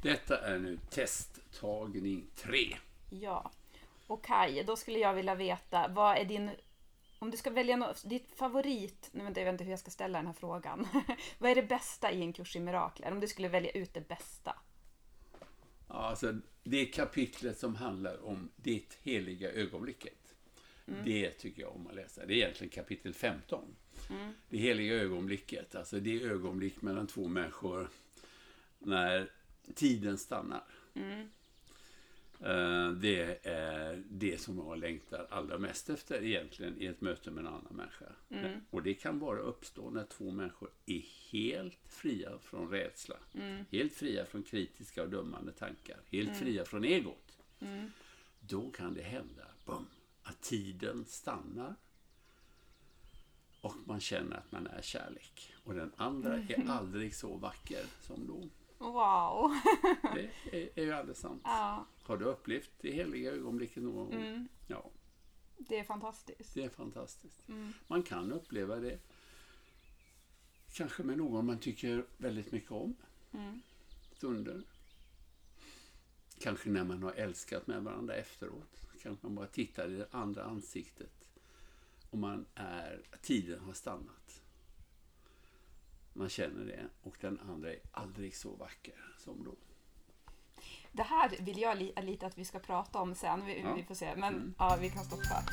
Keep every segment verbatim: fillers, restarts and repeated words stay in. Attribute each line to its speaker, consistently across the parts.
Speaker 1: Detta är nu testtagning tre.
Speaker 2: Ja, och Kaj, då skulle jag vilja veta, vad är din, om du ska välja något, ditt favorit, nu vet jag inte hur jag ska ställa den här frågan. Vad är det bästa i en kurs i mirakler, om du skulle välja ut det bästa?
Speaker 1: Ja, alltså, det kapitlet som handlar om ditt heliga ögonblicket. Mm. Det tycker jag om att läsa. Det är egentligen kapitel femton. Mm. Det heliga ögonblicket, alltså det ögonblick mellan två människor när tiden stannar. Mm. Det är det som jag längtar allra mest efter egentligen i ett möte med en annan människa. Mm. Och det kan bara uppstå när två människor är helt fria från rädsla. Mm. Helt fria från kritiska och dömande tankar. Helt mm. fria från egot. Mm. Då kan det hända, bum, att tiden stannar. Och man känner att man är kärlek. Och den andra mm. är aldrig så vacker som då.
Speaker 2: Wow.
Speaker 1: Det är, är ju alldeles sant.
Speaker 2: Ja.
Speaker 1: Har du upplevt det heliga ögonblicket någon gång?
Speaker 2: Mm.
Speaker 1: Ja.
Speaker 2: Det är fantastiskt.
Speaker 1: Det är fantastiskt.
Speaker 2: Mm.
Speaker 1: Man kan uppleva det kanske med någon man tycker väldigt mycket om. Mm. Stunder. Kanske när man har älskat med varandra efteråt. Kanske man bara tittar i det andra ansiktet. Och man är, tiden har stannat. Man känner det. Och den andra är aldrig så vacker som då.
Speaker 2: Det här vill jag li- lite att vi ska prata om sen. Vi,
Speaker 1: ja.
Speaker 2: vi får se. Men
Speaker 1: mm.
Speaker 2: ja, vi kan stoppa.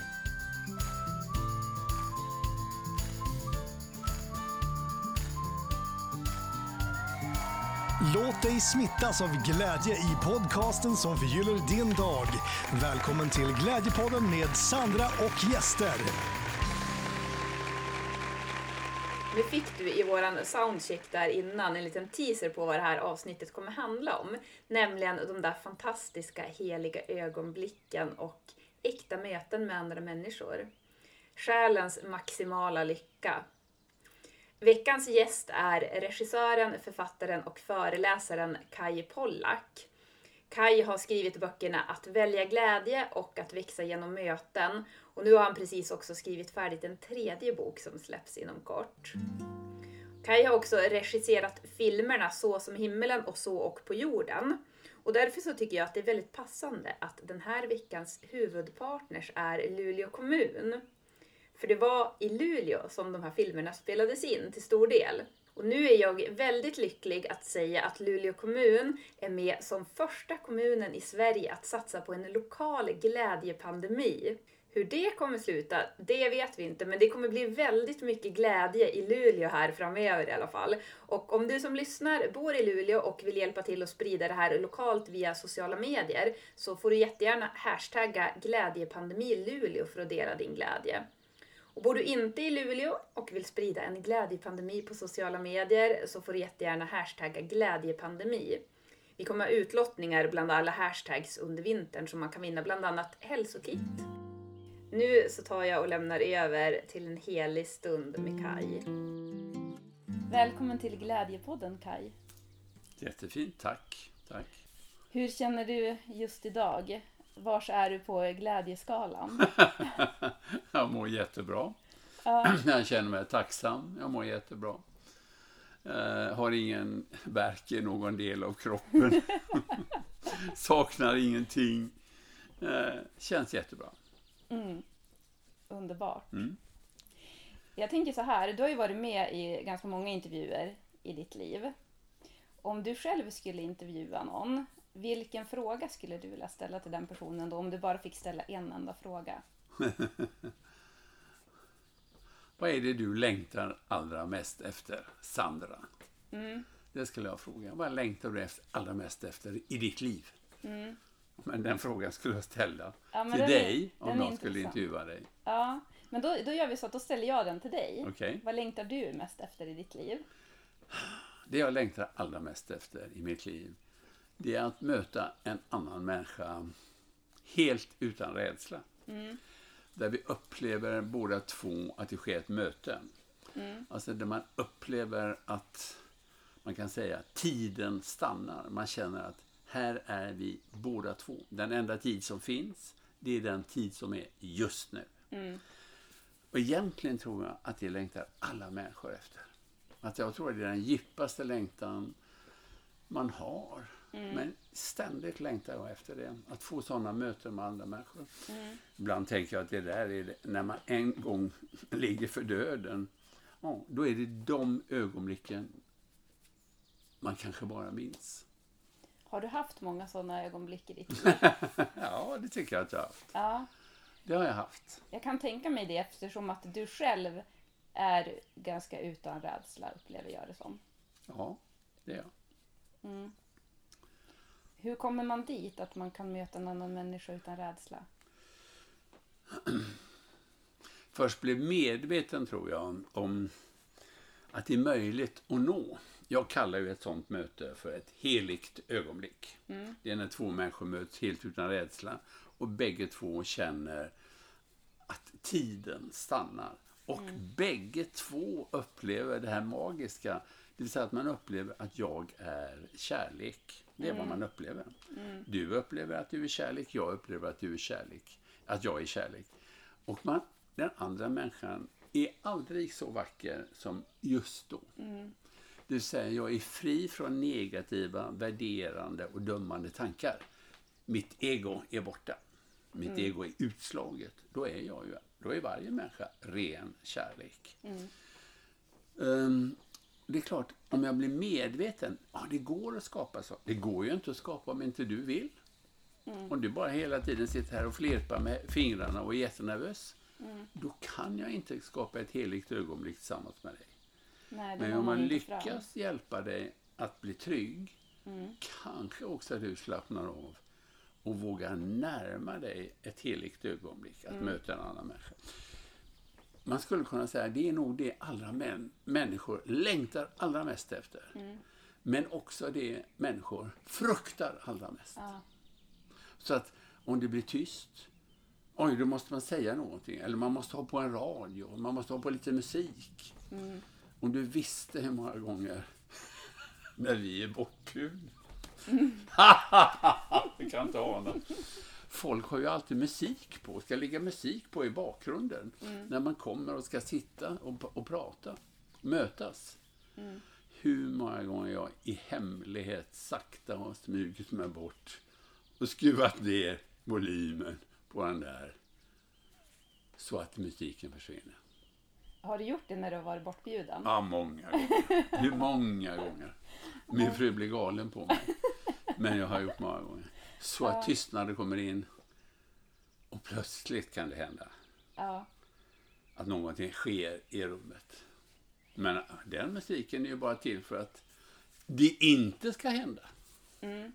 Speaker 3: Låt dig smittas av glädje i podcasten som förgyller din dag. Välkommen till Glädjepodden med Sandra och gäster.
Speaker 2: Nu fick du i våran soundcheck där innan en liten teaser på vad det här avsnittet kommer handla om. Nämligen de där fantastiska heliga ögonblicken och äkta möten med andra människor. Själens maximala lycka. Veckans gäst är regissören, författaren och föreläsaren Kaj Pollak. Kaj har skrivit böckerna Att välja glädje och Att växa genom möten. Och nu har han precis också skrivit färdigt en tredje bok som släpps inom kort. Kaj har också regisserat filmerna Så som himmelen och Så och på jorden. Och därför så tycker jag att det är väldigt passande att den här veckans huvudpartners är Luleå kommun. För det var i Luleå som de här filmerna spelades in till stor del. Och nu är jag väldigt lycklig att säga att Luleå kommun är med som första kommunen i Sverige att satsa på en lokal glädjepandemi. Hur det kommer sluta, det vet vi inte, men det kommer bli väldigt mycket glädje i Luleå här framöver i alla fall. Och om du som lyssnar bor i Luleå och vill hjälpa till att sprida det här lokalt via sociala medier så får du jättegärna hashtagga glädjepandemi Luleå för att dela din glädje. Och bor du inte i Luleå och vill sprida en glädjepandemi på sociala medier så får du jättegärna hashtagga glädjepandemi. Vi kommer ha utlottningar bland alla hashtags under vintern så man kan vinna bland annat hälsokit. Nu så tar jag och lämnar över till en helig stund med Kaj. Välkommen till Glädjepodden, Kaj.
Speaker 1: Jättefint, tack. tack.
Speaker 2: Hur känner du just idag? Vars är du på glädjeskalan?
Speaker 1: Jag mår jättebra.
Speaker 2: Ja.
Speaker 1: Jag känner mig tacksam. Jag mår jättebra. Jag har ingen värk i någon del av kroppen. Saknar ingenting. Känns jättebra.
Speaker 2: Mm. Underbart.
Speaker 1: Mm.
Speaker 2: Jag tänker så här, du har ju varit med i ganska många intervjuer i ditt liv. Om du själv skulle intervjua någon, vilken fråga skulle du vilja ställa till den personen då, om du bara fick ställa en enda fråga?
Speaker 1: Vad är det du längtar allra mest efter, Sandra?
Speaker 2: Mm.
Speaker 1: Det skulle jag fråga. Vad längtar du efter, allra mest efter i ditt liv?
Speaker 2: Mm.
Speaker 1: Men den frågan skulle jag ställa
Speaker 2: ja,
Speaker 1: till dig
Speaker 2: är,
Speaker 1: om någon skulle intervjua dig.
Speaker 2: Ja, men då, då gör vi så att då ställer jag den till dig.
Speaker 1: Okay.
Speaker 2: Vad längtar du mest efter i ditt liv?
Speaker 1: Det jag längtar allra mest efter i mitt liv, det är att möta en annan människa helt utan rädsla. Mm. Där vi upplever båda två att det sker ett möte. Mm. Alltså där man upplever att man kan säga tiden stannar. Man känner att här är vi båda två. Den enda tid som finns, det är den tid som är just nu. Mm. Och egentligen tror jag att det längtar alla människor efter. Att jag tror att det är den djupaste längtan man har Mm. Men ständigt längtar jag efter det. Att få sådana möten med andra människor.
Speaker 2: Mm.
Speaker 1: Ibland tänker jag att det där är det, när man en gång ligger för döden. Ja, då är det de ögonblicken man kanske bara minns.
Speaker 2: Har du haft många sådana ögonblick i ditt liv?
Speaker 1: Ja, det tycker jag att jag har haft.
Speaker 2: Ja.
Speaker 1: Det har jag haft.
Speaker 2: Jag kan tänka mig det eftersom att du själv är ganska utan rädsla, upplever jag det som.
Speaker 1: Ja, det är jag.
Speaker 2: Mm. Hur kommer man dit att man kan möta en annan människa utan rädsla?
Speaker 1: Först blev medveten, tror jag, om, om att det är möjligt att nå. Jag kallar ju ett sånt möte för ett heligt ögonblick. Mm. Det är när två människor möts helt utan rädsla och bägge två känner att tiden stannar. Och mm. bägge två upplever det här magiska. Det vill säga att man upplever att jag är kärlek. Det är mm. vad man upplever. Mm. Du upplever att du är kärlek, jag upplever att du är kärlek. Att jag är kärlek. Och man, den andra människan är aldrig så vacker som just då. Mm. Det vill säga, jag är fri från negativa, värderande och dömande tankar. Mitt ego är borta. Mitt mm. ego är utslaget. Då är jag ju, då är varje människa ren kärlek. Mm. Um, det är klart, om jag blir medveten, ja, det går att skapa så. Det går ju inte att skapa om inte du vill. Mm. Om du bara hela tiden sitter här och flerpar med fingrarna och är jättenervös, mm. då kan jag inte skapa ett heligt ögonblick tillsammans med dig. Nej, men om man lyckas fram. hjälpa dig att bli trygg, mm. kanske också du slappnar av och vågar närma dig ett heligt ögonblick att mm. möta en annan människa. Man skulle kunna säga att det är nog det allra män, människor längtar allra mest efter. Mm. Men också det människor fruktar allra mest. Ja. Så att om det blir tyst, oj, då måste man säga någonting. Eller man måste ha på en radio, man måste ha på lite musik. Mm. Om du visste hur många gånger när vi är bortbjud. Mm. Jag kan inte ana. Folk har ju alltid musik på. Ska ligga musik på i bakgrunden. Mm. När man kommer och ska sitta och, och prata. Mötas. Mm. Hur många gånger jag i hemlighet sakta har smugit mig bort. Och skruvat ner volymen på den där. Så att musiken försvinner.
Speaker 2: Har du gjort det när du har varit bortbjuden?
Speaker 1: Ja, många gånger. Hur många gånger? Min fru blir galen på mig. Men jag har gjort många gånger. Så att tystnaden kommer in. Och plötsligt kan det hända. Ja. Att någonting sker i rummet. Men den musiken är ju bara till för att det inte ska hända. Mm.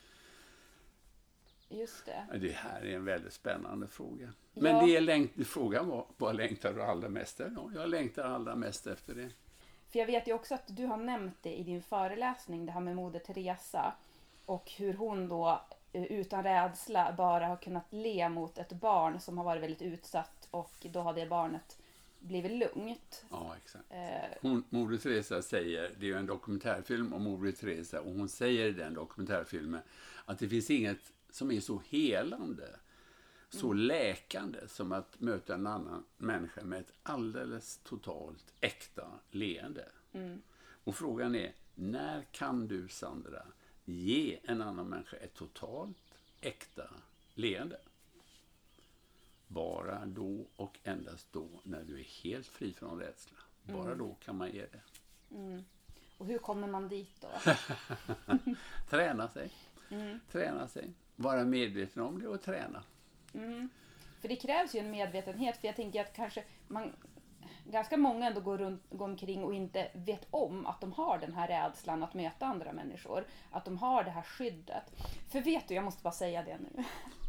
Speaker 2: Just det.
Speaker 1: Det här är en väldigt spännande fråga. Men ja. det är längt, frågan var, vad längtar du allra mest efter? Ja, jag längtar allra mest efter det.
Speaker 2: För jag vet ju också att du har nämnt det i din föreläsning, det här med Moder Teresa. Och hur hon då utan rädsla bara har kunnat le mot ett barn som har varit väldigt utsatt. Och då har det barnet blivit lugnt.
Speaker 1: Ja, exakt. Hon, Moder Teresa säger, det är ju en dokumentärfilm om Moder Teresa. Och hon säger i den dokumentärfilmen att det finns inget som är så helande, så mm. läkande som att möta en annan människa med ett alldeles totalt äkta leende. Mm. Och frågan är, när kan du, Sandra, ge en annan människa ett totalt äkta leende? Bara då och endast då när du är helt fri från rädsla. Bara mm. då kan man ge det.
Speaker 2: Mm. Och hur kommer man dit då?
Speaker 1: Träna sig. Mm. Träna sig. Vara medveten om det och träna.
Speaker 2: Mm. För det krävs ju en medvetenhet. För jag tänker att kanske man, ganska många ändå går, runt, går omkring och inte vet om att de har den här rädslan att möta andra människor. Att de har det här skyddet. För vet du, jag måste bara säga det nu.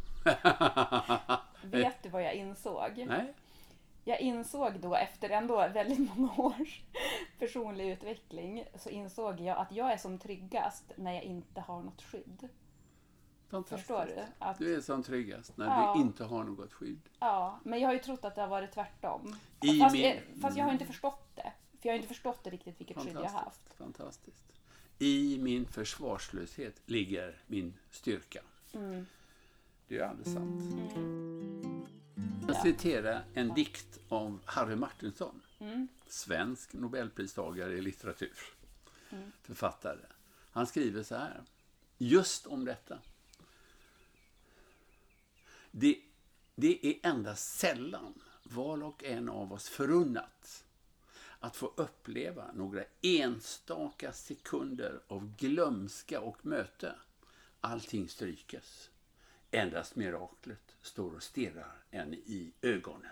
Speaker 2: Vet du vad jag insåg?
Speaker 1: Nej.
Speaker 2: Jag insåg då efter ändå väldigt många års personlig utveckling, så insåg jag att jag är som tryggast när jag inte har något skydd. Förstår du? Att,
Speaker 1: du är som tryggast när ja, du inte har något skydd.
Speaker 2: Ja, men jag har ju trott att det har varit tvärtom.
Speaker 1: I
Speaker 2: fast,
Speaker 1: min...
Speaker 2: jag, fast jag har inte förstått det. För jag har inte förstått det riktigt vilket skydd jag har haft.
Speaker 1: Fantastiskt. I min försvarslöshet ligger min styrka. Mm. Det är alldeles sant. Mm. Jag citerar en dikt av Harry Martinson. Mm. Svensk Nobelpristagare i litteratur. Mm. Författare. Han skriver så här. just om detta. Det, det är endast sällan var och en av oss förunnat att få uppleva några enstaka sekunder av glömska och möte. Allting strykes. Endast miraklet står och stirrar en i ögonen.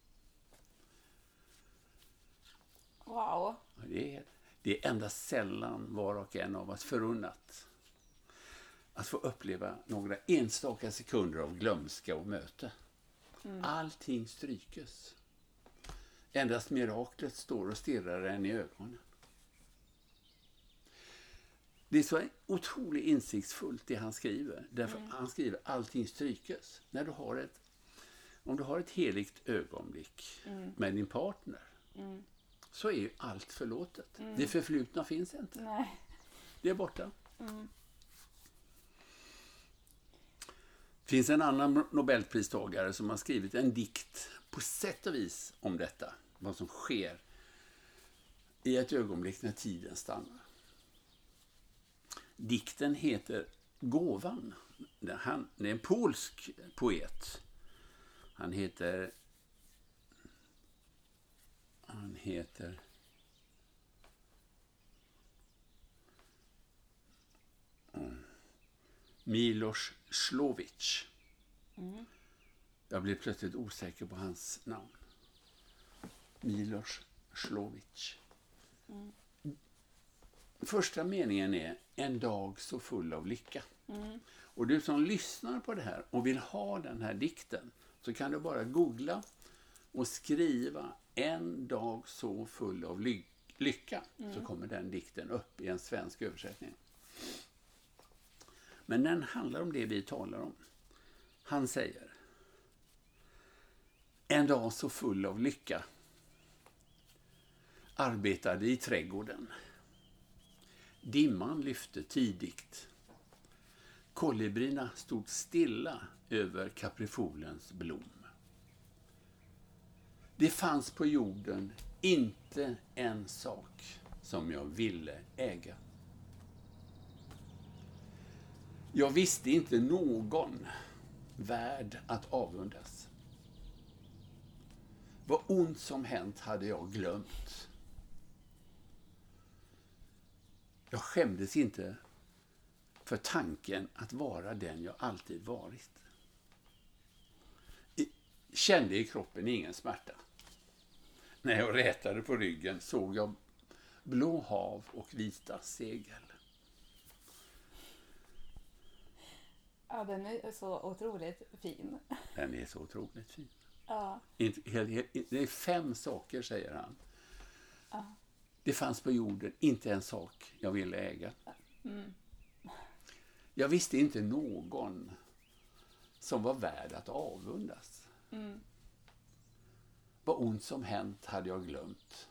Speaker 2: Wow.
Speaker 1: Det är, det är endast sällan var och en av oss förunnat att få uppleva några enstaka sekunder av glömska och möte. Mm. Allting strykes. Endast miraklet står och stirrar en i ögonen. Det är så otroligt insiktsfullt det han skriver. Därför mm. han skriver allting strykes. När du har ett, om du har ett heligt ögonblick mm. med din partner mm. så är ju allt förlåtet. Mm. Det förflutna finns inte.
Speaker 2: Nej.
Speaker 1: Det är borta.
Speaker 2: Mm.
Speaker 1: Det finns en annan Nobelpristagare som har skrivit en dikt på sätt och vis om detta. Vad som sker i ett ögonblick när tiden stannar. Dikten heter Gåvan. Han, det är en polsk poet. Han heter han heter mm, Miloš Šlović. Mm. Jag blev plötsligt osäker på hans namn. Miloš Šlović. Mm. Första meningen är en dag så full av lycka. Mm. Och du som lyssnar på det här och vill ha den här dikten så kan du bara googla och skriva en dag så full av ly- lycka mm. så kommer den dikten upp i en svensk översättning. Men den handlar om det vi talar om. Han säger: en dag så full av lycka. Arbetade i trädgården. Dimman lyfte tidigt. Kolibrina stod stilla över kaprifolens blom. Det fanns på jorden inte en sak som jag ville äga. Jag visste inte någon värd att avundas. Vad ont som hänt hade jag glömt. Jag skämdes inte för tanken att vara den jag alltid varit. I, kände i kroppen ingen smärta. När jag rätade på ryggen såg jag blå hav och vita segel.
Speaker 2: Ja, den är så otroligt fin.
Speaker 1: Den är så otroligt fin.
Speaker 2: Ja.
Speaker 1: Det är fem saker, säger han.
Speaker 2: Ja.
Speaker 1: Det fanns på jorden inte en sak jag ville äga. Mm. Jag visste inte någon som var värd att avundas. Mm. Vad ont som hänt hade jag glömt.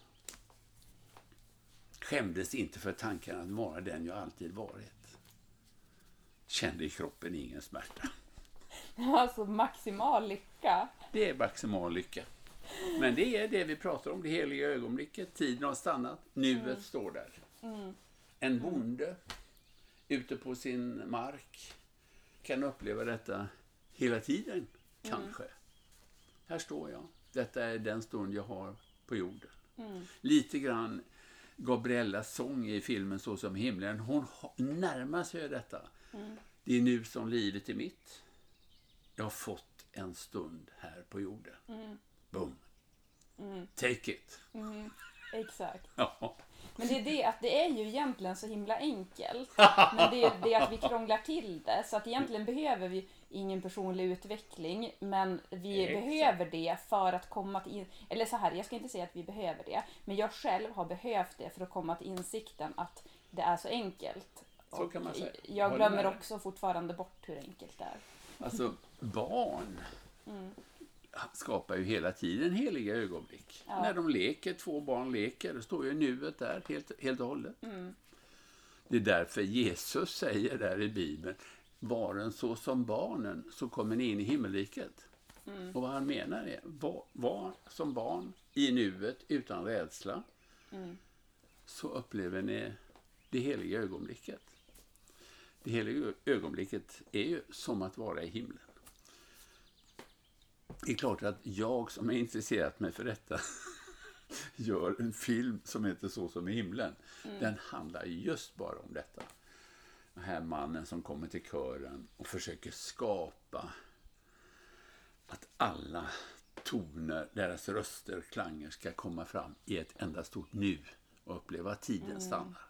Speaker 1: Skämdes inte för tanken att vara den jag alltid varit. Kände i kroppen ingen smärta.
Speaker 2: Alltså maximal lycka.
Speaker 1: Det är maximal lycka. Men det är det vi pratar om, det heliga ögonblicket. Tiden har stannat, nuet mm. står där. Mm. En bonde ute på sin mark kan uppleva detta hela tiden, kanske. Mm. Här står jag. Detta är den stund jag har på jorden. Mm. Lite grann Gabriellas sång i filmen Så som himlen. Hon närmar sig detta. Mm. Det är nu som livet är mitt. Jag har fått en stund här på jorden. Mm. Boom. Mm. Take it.
Speaker 2: Mm. Exakt.
Speaker 1: Ja.
Speaker 2: Men det är det att det är ju egentligen så himla enkelt. Men det är det att vi krånglar till det. Så att egentligen behöver vi ingen personlig utveckling. Men vi Exakt. behöver det för att komma till... In... Eller så här, jag ska inte säga att vi behöver det. Men jag själv har behövt det för att komma till insikten att det är så enkelt.
Speaker 1: Så kan man säga.
Speaker 2: Jag glömmer också fortfarande bort hur enkelt det är.
Speaker 1: Alltså, barn mm. skapar ju hela tiden heliga ögonblick. Ja. När de leker, två barn leker, det står ju nuet där helt, helt och hållet. Mm. Det är därför Jesus säger där i Bibeln: varen så som barnen så kommer ni in i himmelriket. Mm. Och vad han menar är, var, var som barn i nuet utan rädsla mm. så upplever ni det heliga ögonblicket. det heliga ögonblicket är ju som att vara i himlen. Det är klart att jag som är intresserat mig för detta gör en film som heter Så som i himlen. Mm. Den handlar just bara om detta. Den här mannen som kommer till kören och försöker skapa att alla toner, deras röster, klanger ska komma fram i ett enda stort nu och uppleva att tiden mm. stannar.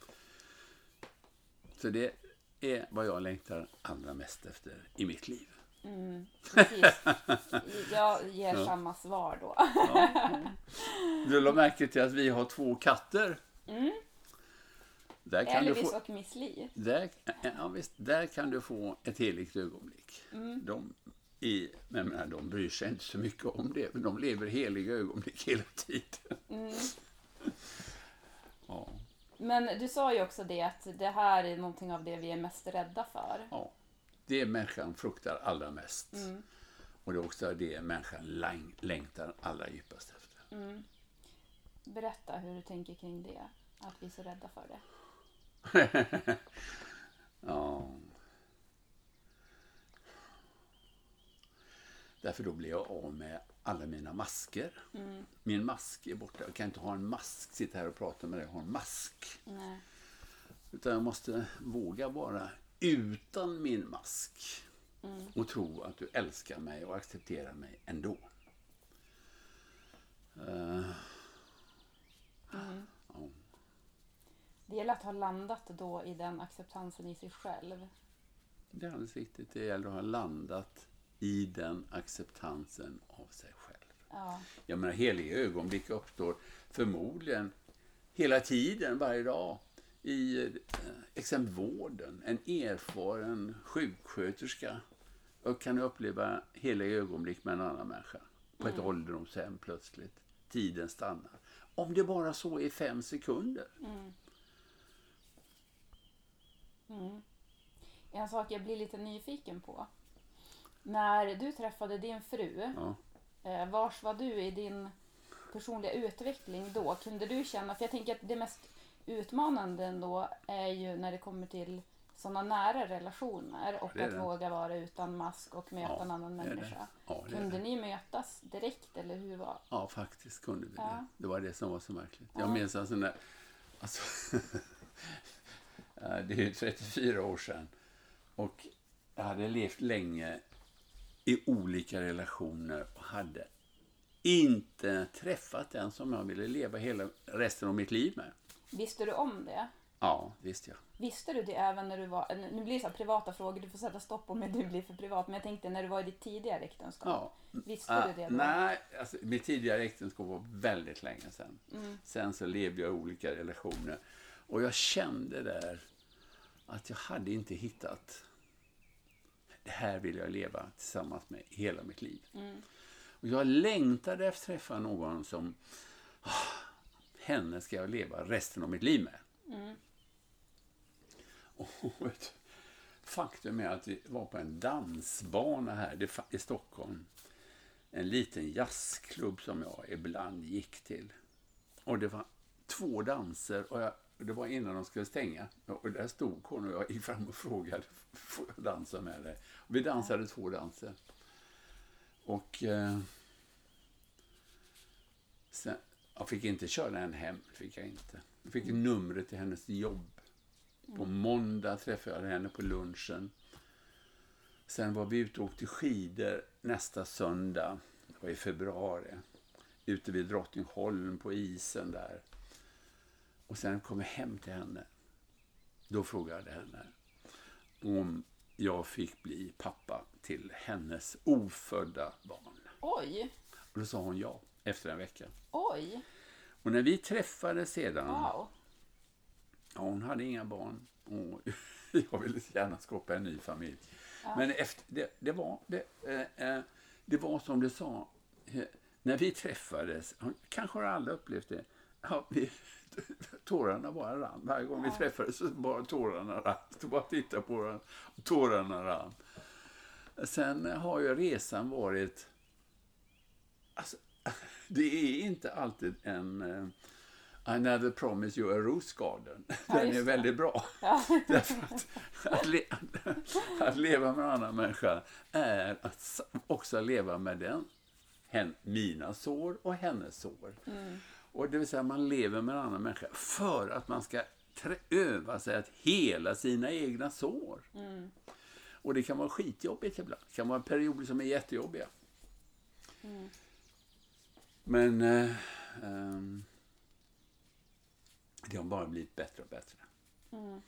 Speaker 1: Så det är vad jag längtar allra mest efter i mitt liv.
Speaker 2: Mm, precis. Jag ger ja. samma svar då. Ja.
Speaker 1: Du lade märke till att vi har två katter.
Speaker 2: Mm.
Speaker 1: Där kan
Speaker 2: Elvis
Speaker 1: du få,
Speaker 2: och Miss Li.
Speaker 1: Där, ja, visst, där kan du få ett heligt ögonblick.
Speaker 2: Mm.
Speaker 1: De, i, men, men, de bryr sig inte så mycket om det. Men de lever heliga ögonblick hela tiden.
Speaker 2: Mm.
Speaker 1: Ja.
Speaker 2: Men du sa ju också det att det här är någonting av det vi är mest rädda för.
Speaker 1: Ja. Det människan fruktar allra mest.
Speaker 2: Mm.
Speaker 1: Och det är också det människan läng- längtar allra djupast efter.
Speaker 2: Mm. Berätta hur du tänker kring det. Att vi är så rädda för det.
Speaker 1: Ja. Därför då blir jag av med alla mina masker.
Speaker 2: Mm.
Speaker 1: Min mask är borta. Jag kan inte ha en mask, sitta här och prata med dig och ha en mask.
Speaker 2: Nej.
Speaker 1: Utan jag måste våga vara utan min mask.
Speaker 2: Mm.
Speaker 1: Och tro att du älskar mig och accepterar mig ändå. Uh.
Speaker 2: Mm.
Speaker 1: Ja.
Speaker 2: Det gäller att ha landat då i den acceptansen i sig själv.
Speaker 1: Det är alldeles riktigt. Det gäller att ha landat i den acceptansen av sig själv.
Speaker 2: Ja.
Speaker 1: Jag menar, heliga ögonblick uppstår förmodligen hela tiden, varje dag. I eh, exempel vården, en erfaren sjuksköterska och kan uppleva hela ögonblick med en annan människa på ett mm. ålderdomshem plötsligt. Tiden stannar. Om det bara så är fem sekunder.
Speaker 2: Mm. Mm. En sak jag blir lite nyfiken på. När du träffade din fru,
Speaker 1: ja.
Speaker 2: eh, vars var du i din personliga utveckling då? Kunde du känna, för jag tänker att det mest utmanande ändå är ju när det kommer till sådana nära relationer och att
Speaker 1: det.
Speaker 2: våga vara utan mask och möta
Speaker 1: ja,
Speaker 2: en annan människa.
Speaker 1: Ja,
Speaker 2: kunde
Speaker 1: det.
Speaker 2: ni mötas direkt eller hur var?
Speaker 1: Ja, faktiskt kunde vi
Speaker 2: ja.
Speaker 1: det. Det var det som var så märkligt.
Speaker 2: Ja.
Speaker 1: Jag minns en sån där, alltså, det är ju trettiofyra år sedan och jag hade levt länge i olika relationer och hade inte träffat den som jag ville leva hela resten av mitt liv med.
Speaker 2: Visste du om det?
Speaker 1: Ja, visste jag.
Speaker 2: Visste du det även när du var, nu blir det så här privata frågor, du får sätta stopp om du blir för privat, men jag tänkte när du var i ditt tidigare äktenskap.
Speaker 1: Ja.
Speaker 2: Visste
Speaker 1: ah,
Speaker 2: du det då?
Speaker 1: Nej, alltså, mitt tidigare äktenskap var väldigt länge sedan.
Speaker 2: Mm.
Speaker 1: Sen så levde jag i olika relationer. Och jag kände där att jag hade inte hittat, det här vill jag leva tillsammans med hela mitt liv.
Speaker 2: Mm.
Speaker 1: Och jag längtade efter att träffa någon som, oh, henne ska jag leva resten av mitt liv med.
Speaker 2: Mm.
Speaker 1: Och ett faktum är att vi var på en dansbana här i Stockholm. En liten jazzklubb som jag ibland gick till. Och det var två danser och jag, det var innan de skulle stänga. Och där stod hon och jag gick fram och frågade, får jag dansa med dig? Och vi dansade ja. två danser. Och eh, sen, jag fick inte köra henne hem, fick jag inte. Jag fick mm. numret till hennes jobb. På måndag träffade jag henne på lunchen. Sen var vi ute och åkte skidor nästa söndag. Det var i februari. Ute vid Drottningholm på isen där. Och sen kom jag hem till henne. Då frågade jag henne om jag fick bli pappa till hennes ofödda barn.
Speaker 2: Oj!
Speaker 1: Och då sa hon ja, efter en vecka.
Speaker 2: Oj!
Speaker 1: Och när vi träffades sedan...
Speaker 2: Wow.
Speaker 1: Ja, hon hade inga barn och jag ville gärna skapa en ny familj. Ja. Men efter, det, det, var, det, eh, det var som du sa, eh, när vi träffades, kanske har alla upplevt det, ja, vi, tårarna bara rann. Varje gång ja. vi träffades så bara tårarna rann. Så bara titta på den och tårarna rann. Sen har ju resan varit, alltså, det är inte alltid en... Eh, I never promise you a rose garden. Den ja, är väldigt bra.
Speaker 2: Ja.
Speaker 1: Därför att att, le, att leva med en annan människa är att också leva med den, hen, mina sår och hennes sår. Mm. Och det vill säga man lever med en annan människa för att man ska trä, öva sig att hela sina egna sår. Mm. Och det kan vara skitjobbigt ibland. Det kan vara perioder som är jättejobbiga. Mm. Men eh, eh, det har bara blivit bättre och bättre. Mm.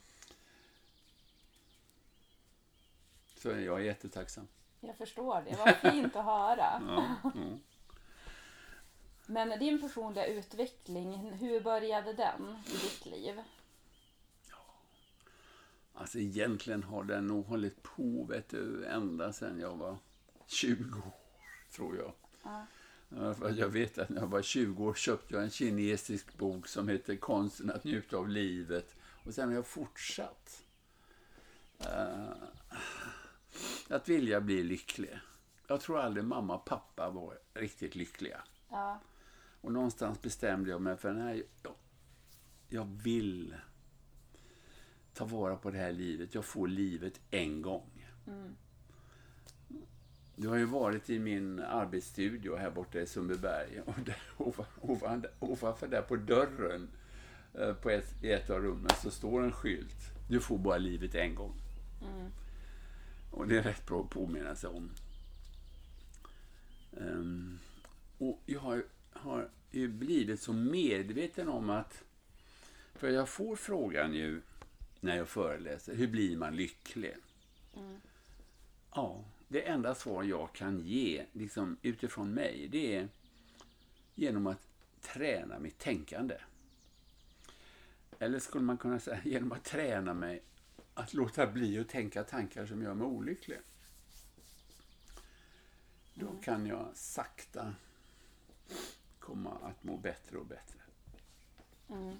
Speaker 1: Så jag är jättetacksam.
Speaker 2: Jag förstår det. Det var fint att höra.
Speaker 1: Ja, mm.
Speaker 2: Men din personliga utveckling, hur började den i ditt liv?
Speaker 1: Ja. Alltså egentligen har den nog hållit på vet du, ända sedan jag var tjugo år, tror jag. Ja. Jag vet att när jag var tjugo år köpte jag en kinesisk bok som heter Konsten att njuta av livet. Och sen har jag fortsatt uh, att vilja bli lycklig. Jag tror aldrig mamma och pappa var riktigt lyckliga. Ja. Och någonstans bestämde jag mig för den här, jag, jag vill ta vara på det här livet. Jag får livet en gång. Mm. Du har ju varit i min arbetsstudio här borta i Sundbyberg. Och där, ovan, ovanför där på dörren på ett, i ett av rummen så står en skylt. Du får bara livet en gång. Mm. Och det är rätt bra att påminna sig om. Um, och jag har, har ju blivit så medveten om att, för jag får frågan ju när jag föreläser, hur blir man lycklig? Mm. Ja, det enda svar jag kan ge liksom, utifrån mig, det är genom att träna mitt tänkande. Eller skulle man kunna säga genom att träna mig att låta bli att tänka tankar som gör mig olycklig. Då kan jag sakta komma att må bättre och bättre. Mm.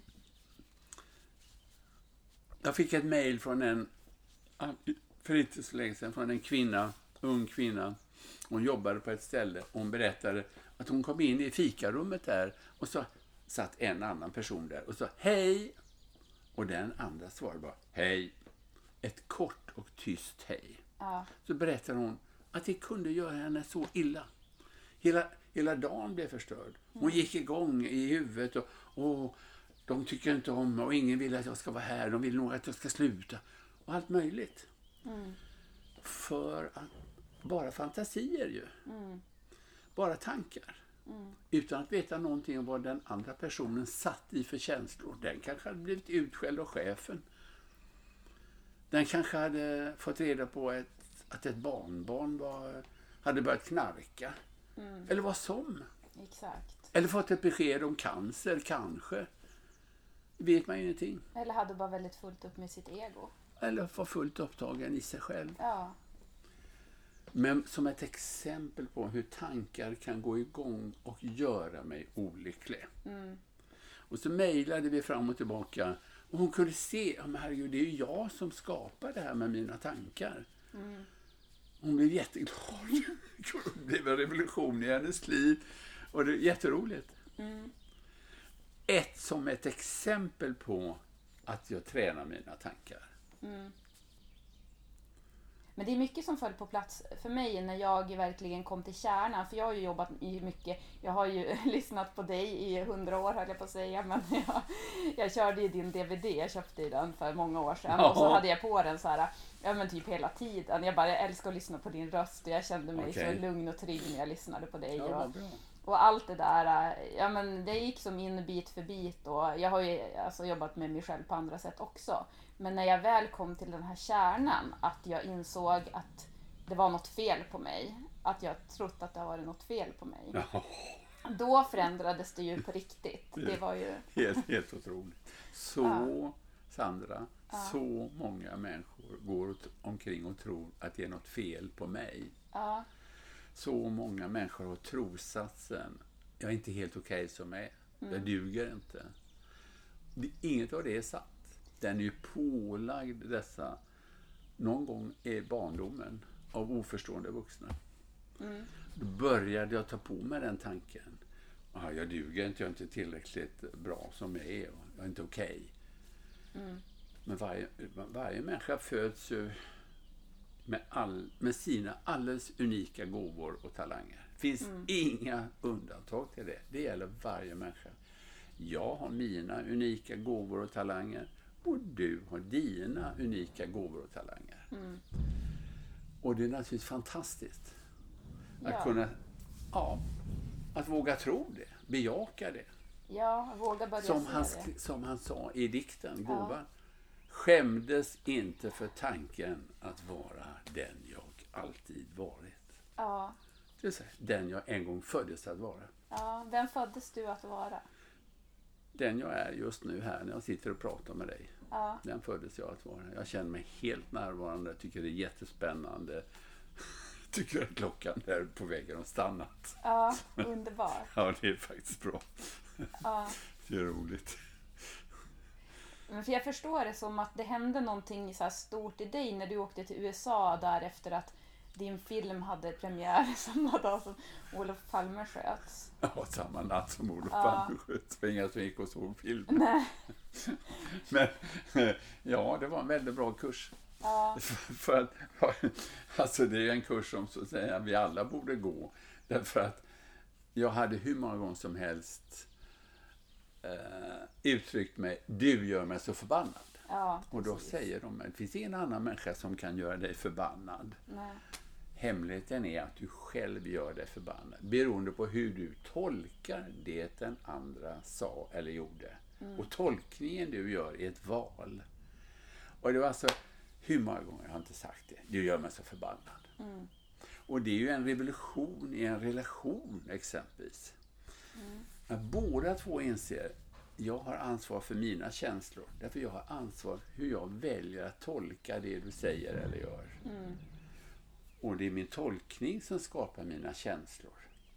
Speaker 1: Jag fick ett mejl från en, för inte så länge sedan, från en kvinna, ung kvinna. Hon jobbade på ett ställe och hon berättade att hon kom in i fikarummet där och så satt en annan person där och sa hej. Och den andra svarade bara hej. Ett kort och tyst hej. Ja. Så berättade hon att det kunde göra henne så illa. Hela, hela dagen blev förstörd. Hon mm. gick igång i huvudet och, och de tycker inte om mig och ingen vill att jag ska vara här. De vill nog att jag ska sluta. Och allt möjligt. Mm. För att bara fantasier ju. Mm. Bara tankar. Mm. Utan att veta någonting om vad den andra personen satt i för känslor. Den kanske hade blivit utskälld av chefen. Den kanske hade fått reda på ett, att ett barnbarn var, hade börjat knarka. Mm. Eller vad som.
Speaker 2: Exakt.
Speaker 1: Eller fått ett besked om cancer, kanske. Vet man ju ingenting.
Speaker 2: Eller hade bara väldigt fullt upp med sitt ego.
Speaker 1: Eller var fullt upptagen i sig själv.
Speaker 2: Ja.
Speaker 1: Men som ett exempel på hur tankar kan gå igång och göra mig olycklig. Mm. Och så mejlade vi fram och tillbaka. Och hon kunde se, oh, men herregud, det är ju jag som skapar det här med mina tankar. Mm. Hon blev jätteglad. Det blev en revolution i hennes liv. Och det är jätteroligt. Mm. Ett som ett exempel på att jag tränar mina tankar. Mm.
Speaker 2: Men det är mycket som föll på plats för mig när jag verkligen kom till kärnan. För jag har ju jobbat i mycket, jag har ju lyssnat på dig i hundra år höll jag på att säga. Men jag, jag körde ju din D V D, jag köpte den för många år sedan. Ja. Och så hade jag på den så här, ja men typ hela tiden. Jag bara jag älskar att lyssna på din röst och jag kände mig okay. så lugn och trygg när jag lyssnade på dig. Ja, och, och allt det där, ja men det gick som in bit för bit. Och jag har ju alltså jobbat med mig själv på andra sätt också. Men när jag väl kom till den här kärnan, att jag insåg att det var något fel på mig. Att jag trott att det var något fel på mig. Ja. Då förändrades det ju på riktigt. Det var ju...
Speaker 1: Helt, helt otroligt. Så, ja. Sandra, ja. Så många människor går omkring och tror att det är något fel på mig. Ja. Så många människor har trossatsen. Jag är inte helt okej okay som jag är. Mm. Jag duger inte. Inget av det är sant. Den är ju pålagd dessa någon gång i barndomen av oförstående vuxna. Mm. Då började jag ta på mig den tanken. Aha, jag duger inte, jag är inte tillräckligt bra som jag är. Jag är inte okej. Okay. Mm. Men varje, varje människa föds ju med, all, med sina alldeles unika gåvor och talanger. Det finns mm. inga undantag till det. Det gäller varje människa. Jag har mina unika gåvor och talanger. Och du har dina unika gåvor och talanger. Mm. Och det är naturligtvis fantastiskt. Att
Speaker 2: ja.
Speaker 1: kunna, ja, att våga tro det. Bejaka det.
Speaker 2: Ja, våga börja
Speaker 1: som
Speaker 2: se
Speaker 1: han,
Speaker 2: det.
Speaker 1: Som han sa i dikten,
Speaker 2: ja.
Speaker 1: Gåvan. Skämdes inte för tanken att vara den jag alltid varit.
Speaker 2: Ja.
Speaker 1: Det vill säga, den jag en gång föddes att vara.
Speaker 2: Ja, vem föddes du att vara?
Speaker 1: Den jag är just nu här när jag sitter och pratar med dig.
Speaker 2: Ja.
Speaker 1: Den föddes jag att vara. Jag känner mig helt närvarande. Tycker det är jättespännande. Tycker att klockan är på vägen att stannat.
Speaker 2: Ja, underbart.
Speaker 1: Ja, det är faktiskt bra.
Speaker 2: Ja.
Speaker 1: Det är roligt.
Speaker 2: Men för jag förstår det som att det hände någonting så här stort i dig när du åkte till U S A där efter att din film hade premiär samma dag som Olof Palme sköts.
Speaker 1: Ja, samma natt som Olof
Speaker 2: ja.
Speaker 1: Palme sköts. Det var inga som gick och såg film.
Speaker 2: Nej.
Speaker 1: Men ja, det var en väldigt bra kurs.
Speaker 2: Ja.
Speaker 1: För att, alltså det är en kurs som så att säga, vi alla borde gå. Därför att jag hade hur många gånger som helst eh, uttryckt mig, du gör mig så förbannad.
Speaker 2: Ja,
Speaker 1: och då säger de, det finns ingen annan människa som kan göra dig förbannad.
Speaker 2: Nej.
Speaker 1: Hemligheten är att du själv gör dig förbannad. Beroende på hur du tolkar det den andra sa eller gjorde. Mm. Och tolkningen du gör är ett val. Och det var alltså, hur många gånger jag har inte sagt det. Du gör mig så förbannad. Mm. Och det är ju en revolution i en relation exempelvis. Mm. Att båda två inser, jag har ansvar för mina känslor. Därför jag har ansvar hur jag väljer att tolka det du säger eller gör. Mm. Och det är min tolkning som skapar mina känslor.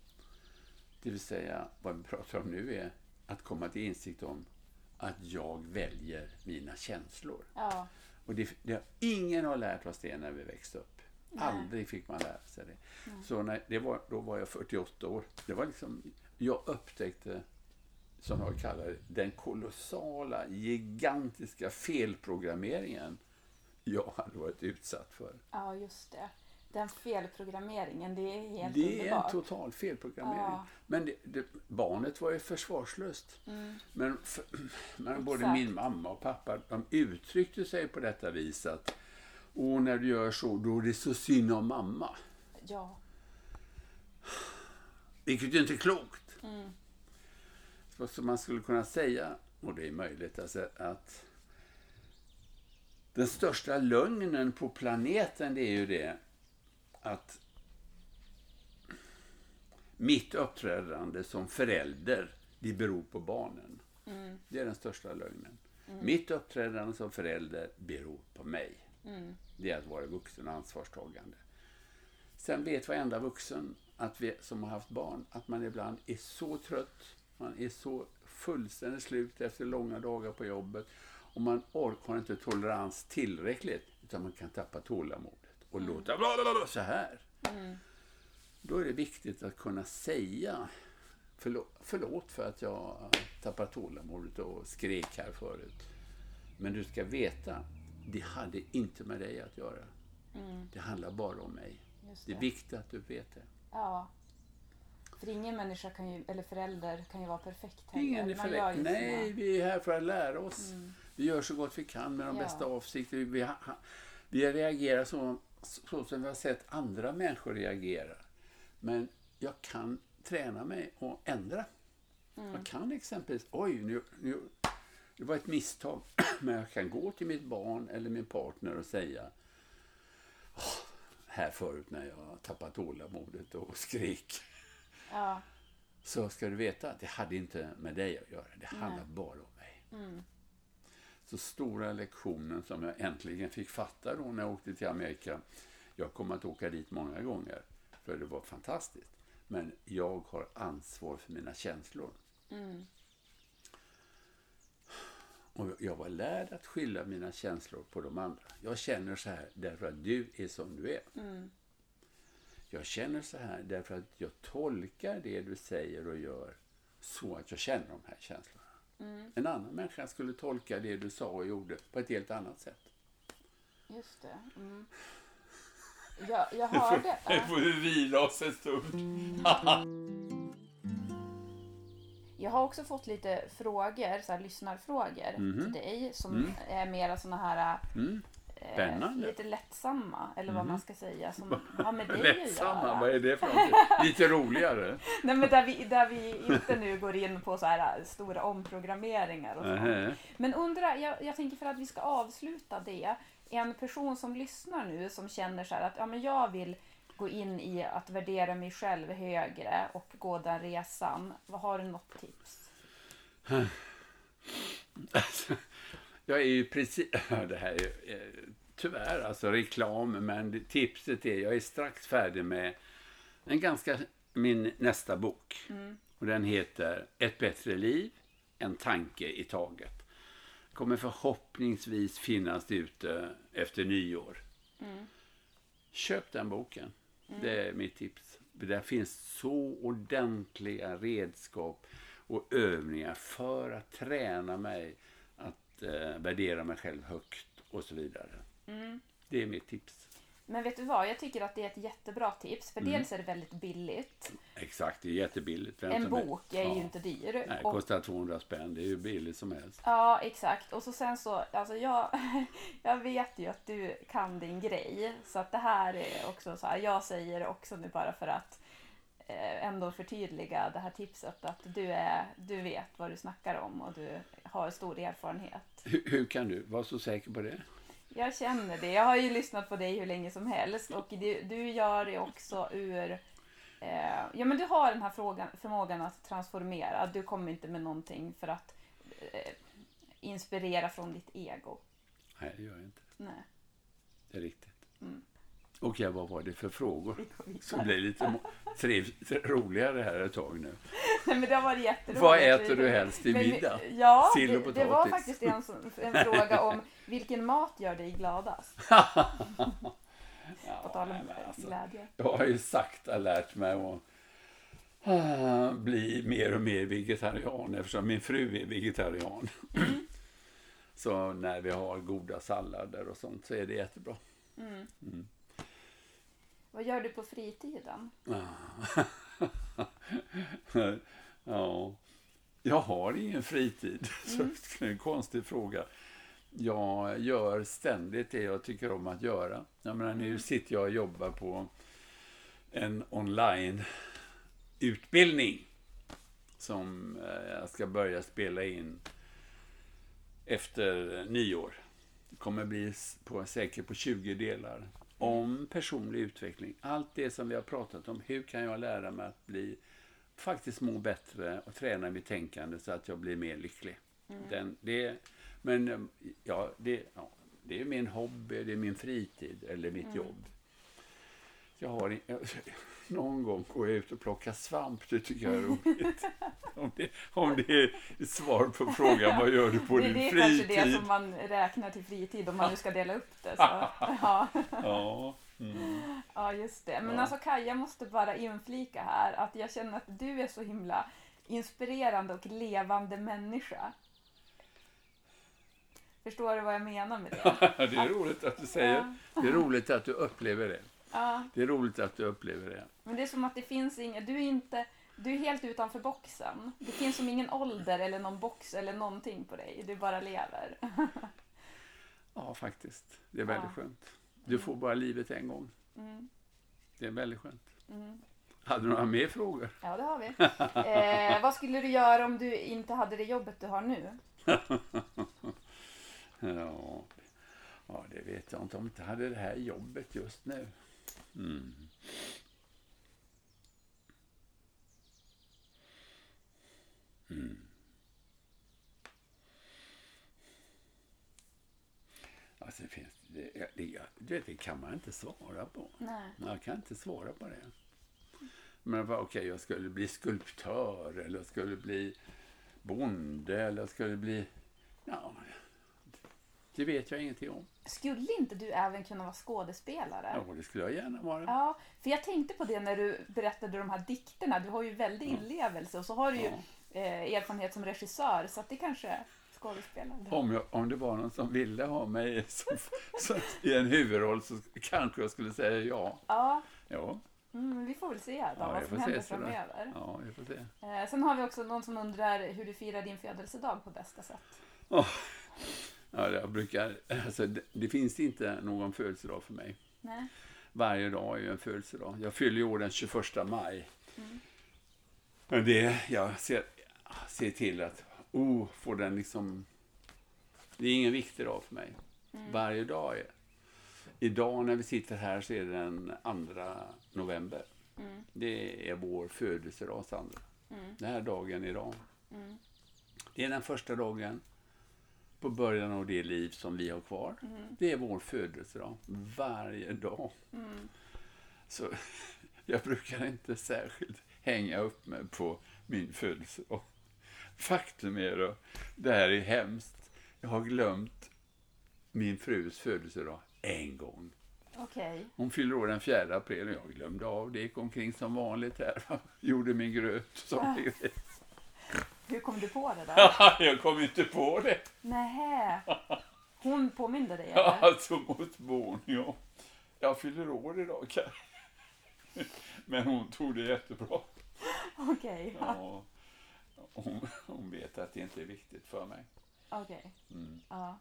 Speaker 1: Det vill säga, vad vi pratar om nu är att komma till insikt om att jag väljer mina känslor.
Speaker 2: Ja.
Speaker 1: Och det, det har ingen har lärt oss det när vi växte upp. Nej. Aldrig fick man lära sig det. Nej. Så när, det var, då var jag fyrtioåtta år. Det var liksom, jag upptäckte, som jag kallar det, den kolossala, gigantiska felprogrammeringen jag hade varit utsatt för.
Speaker 2: Ja, just det. Den felprogrammeringen, det är helt
Speaker 1: Det är
Speaker 2: underbart.
Speaker 1: en total felprogrammering.
Speaker 2: Ja.
Speaker 1: Men det, det, barnet var ju försvarslöst. Mm. Men, för, men både
Speaker 2: Exakt.
Speaker 1: min mamma och pappa, de uttryckte sig på detta vis att och när du gör så, då är det så synd om mamma.
Speaker 2: Ja.
Speaker 1: Vilket ju inte är klokt.
Speaker 2: Mm.
Speaker 1: Så, så man skulle kunna säga, och det är möjligt, alltså, att den största lögnen på planeten, det är ju det att mitt uppträdande som förälder, det beror på barnen. Mm. Det är den största lögnen. Mm. Mitt uppträdande som förälder beror på mig. Mm. Det är att vara vuxen och ansvarstagande. Sen vet varenda vuxen att vi som har haft barn att man ibland är så trött, man är så fullständigt slut efter långa dagar på jobbet och man orkar inte tolerans tillräckligt utan man kan tappa tålamodet och mm. låta bla bla bla så här. Mm. Då är det viktigt att kunna säga förlåt, förlåt för att jag tappar tålamodet och skrek här förut. Men du ska veta, det hade inte med dig att göra. Mm. Det handlar bara om mig. Det. det är viktigt att du vet det.
Speaker 2: Ja. För ingen människa kan ju, eller förälder kan ju vara perfekt.
Speaker 1: Ingen är perfekt. Nej, sina... vi är här för att lära oss. Mm. Vi gör så gott vi kan med de ja. bästa avsikter. Vi, ha, vi reagerar så, så som vi har sett andra människor reagera. Men jag kan träna mig och ändra. Mm. Jag kan exempelvis, oj, nu, nu, det var ett misstag. Men jag kan gå till mitt barn eller min partner och säga oh, här förut när jag tappat tålamodet och skrek.
Speaker 2: Ja.
Speaker 1: Så ska du veta att det hade inte med dig att göra. Det handlar Nej. bara om mig. Mm. Så stora lektionen som jag äntligen fick fatta då när jag åkte till Amerika. Jag kommer att åka dit många gånger. För det var fantastiskt. Men jag har ansvar för mina känslor. Mm. Och jag var lärd att skilja mina känslor på de andra. Jag känner så här därför att du är som du är. Mm. Jag känner så här därför att jag tolkar det du säger och gör så att jag känner de här känslorna. Mm. En annan människa skulle tolka det du sa och gjorde på ett helt annat sätt.
Speaker 2: Just det. Mm. Jag, jag hörde...
Speaker 1: Nu får vi vila oss en stund.
Speaker 2: Jag har också fått lite frågor, så här, lyssnarfrågor mm. till dig som mm. är mera såna här
Speaker 1: mm.
Speaker 2: eh, lite lättsamma, eller vad mm. man ska säga, som har med dig
Speaker 1: lättsamma, att göra. Vad är det för något? Lite roligare.
Speaker 2: Nej, men där vi, där vi inte nu går in på så här stora omprogrammeringar och sånt. Uh-huh. Men undrar, jag, jag tänker för att vi ska avsluta det, en person som lyssnar nu som känner så här att ja, men jag vill gå in i att värdera mig själv högre och gå den resan. Vad har du något tips?
Speaker 1: Alltså, jag är ju precis... Det här är tyvärr alltså reklam, men tipset är jag är strax färdig med en ganska min nästa bok. Mm. Och den heter Ett bättre liv, en tanke i taget. Kommer förhoppningsvis finnas ute efter nyår. Mm. Köp den boken. Mm. Det är mitt tips. Där finns så ordentliga redskap och övningar för att träna mig att eh, värdera mig själv högt och så vidare. Mm. Det är mitt tips.
Speaker 2: Men vet du vad, jag tycker att det är ett jättebra tips. För mm. dels är det väldigt billigt.
Speaker 1: Exakt, det är jättebilligt. Vem
Speaker 2: en bok är, är ju ja. inte dyr.
Speaker 1: Nej, det kostar tvåhundra spänn, det är ju billigt som helst.
Speaker 2: Ja, exakt. Och så sen så, alltså jag, jag vet ju att du kan din grej. Så att det här är också så här, jag säger också nu bara för att eh, ändå förtydliga det här tipset. Att du, är, du vet vad du snackar om och du har stor erfarenhet.
Speaker 1: Hur, hur kan du vara så säker på det?
Speaker 2: Jag känner det. Jag har ju lyssnat på dig hur länge som helst. Och du, du gör det också ur... Eh, ja, men du har den här frågan, förmågan att transformera. Du kommer inte med någonting för att eh, inspirera från ditt ego.
Speaker 1: Nej, det gör jag inte.
Speaker 2: Nej.
Speaker 1: Det är riktigt. Mm. Och ja, vad var det för frågor? Så blir lite trevligt, roligare här ett tag nu.
Speaker 2: Nej, men det har varit jätteroligt.
Speaker 1: Vad äter du helst i middag?
Speaker 2: Men, ja, Sill och det, det var faktiskt en, en fråga om vilken mat gör dig gladast?
Speaker 1: Ja,
Speaker 2: på tal om
Speaker 1: alltså,
Speaker 2: glädje.
Speaker 1: Jag har ju sakta lärt mig att äh, bli mer och mer vegetarian eftersom min fru är vegetarian. Mm. Så när vi har goda sallader och sånt så är det jättebra. Mm. Mm.
Speaker 2: Vad gör du på fritiden?
Speaker 1: Ja, jag har ingen fritid.
Speaker 2: Mm.
Speaker 1: Så det är en konstig fråga. Jag gör ständigt det jag tycker om att göra. Jag menar, nu sitter jag och jobbar på en online utbildning som jag ska börja spela in efter nyår. Det kommer bli på, säkert på tjugo delar. Om personlig utveckling. Allt det som vi har pratat om. Hur kan jag lära mig att bli faktiskt må bättre och träna mitt tänkande så att jag blir mer lycklig. Mm. Den, det, men ja det, ja, det är min hobby, det är min fritid eller mitt mm. jobb. Jag har jag, någon gång går jag ut och plockar svamp, det tycker jag är roligt. om, det, om det är svar på frågan, vad gör du på
Speaker 2: det,
Speaker 1: din
Speaker 2: det
Speaker 1: fritid?
Speaker 2: Det är kanske det som man räknar till fritid om man nu ska dela upp det. Så. Ja.
Speaker 1: Ja. Mm.
Speaker 2: Ja, just det. Men
Speaker 1: ja.
Speaker 2: alltså Kaj, jag måste bara inflika här att jag känner att du är så himla inspirerande och levande människa. Förstår du vad jag menar med det?
Speaker 1: Det är roligt att du säger. Ja. Det är roligt att du upplever det.
Speaker 2: Ja.
Speaker 1: Det är roligt att du upplever det.
Speaker 2: Men det är som att det finns inga, du är inte, du är helt utanför boxen. Det finns som ingen ålder eller någon box eller någonting på dig. Du bara lever.
Speaker 1: Ja, faktiskt. Det är väldigt ja. skönt. Du får bara livet en gång.
Speaker 2: Mm.
Speaker 1: Det är väldigt skönt.
Speaker 2: Mm.
Speaker 1: Hade du några mer frågor?
Speaker 2: Ja, det har vi. Eh, vad skulle du göra om du inte hade det jobbet du har nu?
Speaker 1: ja, ja, det vet jag inte. Om jag inte hade det här jobbet just nu. Mm. Mm. Alltså det finns det, det, det, det kan man inte svara på.
Speaker 2: Nej.
Speaker 1: Man kan inte svara på det. Men okej, okay, jag skulle bli skulptör eller jag skulle bli bonde eller jag skulle bli ja, det vet jag ingenting om.
Speaker 2: Skulle inte du även kunna vara skådespelare?
Speaker 1: Ja, det skulle jag gärna vara.
Speaker 2: Ja, för jag tänkte på det när du berättade de här dikterna. Du har ju väldigt inlevelse och så har du ju eh, erfarenhet som regissör, så att det kanske skådespelade.
Speaker 1: Om, jag, om det var någon som ville ha mig som, som, i en huvudroll så kanske jag skulle säga ja.
Speaker 2: Ja.
Speaker 1: Ja.
Speaker 2: Mm, vi får väl se då,
Speaker 1: Ja,
Speaker 2: vad
Speaker 1: jag
Speaker 2: som
Speaker 1: får se
Speaker 2: händer
Speaker 1: så då.
Speaker 2: framöver.
Speaker 1: Ja, jag får se.
Speaker 2: Eh, sen har vi också någon som undrar hur du firar din födelsedag på bästa sätt.
Speaker 1: Oh. Ja, jag brukar, alltså, det, det finns inte någon födelsedag för mig.
Speaker 2: Nej.
Speaker 1: Varje dag är ju en födelsedag. Jag fyller ju år den tjugoförsta maj.
Speaker 2: Mm.
Speaker 1: Men det, jag ser, ser till att, oh, får den liksom, det är ingen viktig dag för mig.
Speaker 2: Mm.
Speaker 1: Varje dag är, idag när vi sitter här så är det den andra november.
Speaker 2: Mm.
Speaker 1: Det är vår födelsedag, Sandra.
Speaker 2: Mm.
Speaker 1: Den här dagen idag.
Speaker 2: Mm.
Speaker 1: Det är den första dagen på början av det liv som vi har kvar.
Speaker 2: Mm.
Speaker 1: Det är vår födelsedag. Varje dag.
Speaker 2: Mm.
Speaker 1: Så jag brukar inte särskilt hänga upp mig på min födelsedag. Faktum är då, det här är hemskt. Jag har glömt min frus födelsedag en gång.
Speaker 2: Okej.
Speaker 1: Hon fyller år den fjärde april och jag glömde av det. Gick omkring som vanligt här. Gjorde min gröt. Sånt.
Speaker 2: Ja. Hur kom du på det då?
Speaker 1: Jag kom inte på det.
Speaker 2: Nähä. Hon påminde dig eller?
Speaker 1: Alltså mot barn, ja. Jag fyller år idag, kan. Men hon tog det jättebra.
Speaker 2: Okej.
Speaker 1: Ja. Hon, hon vet att det inte är viktigt för mig.
Speaker 2: Okej.
Speaker 1: Mm.
Speaker 2: Ja.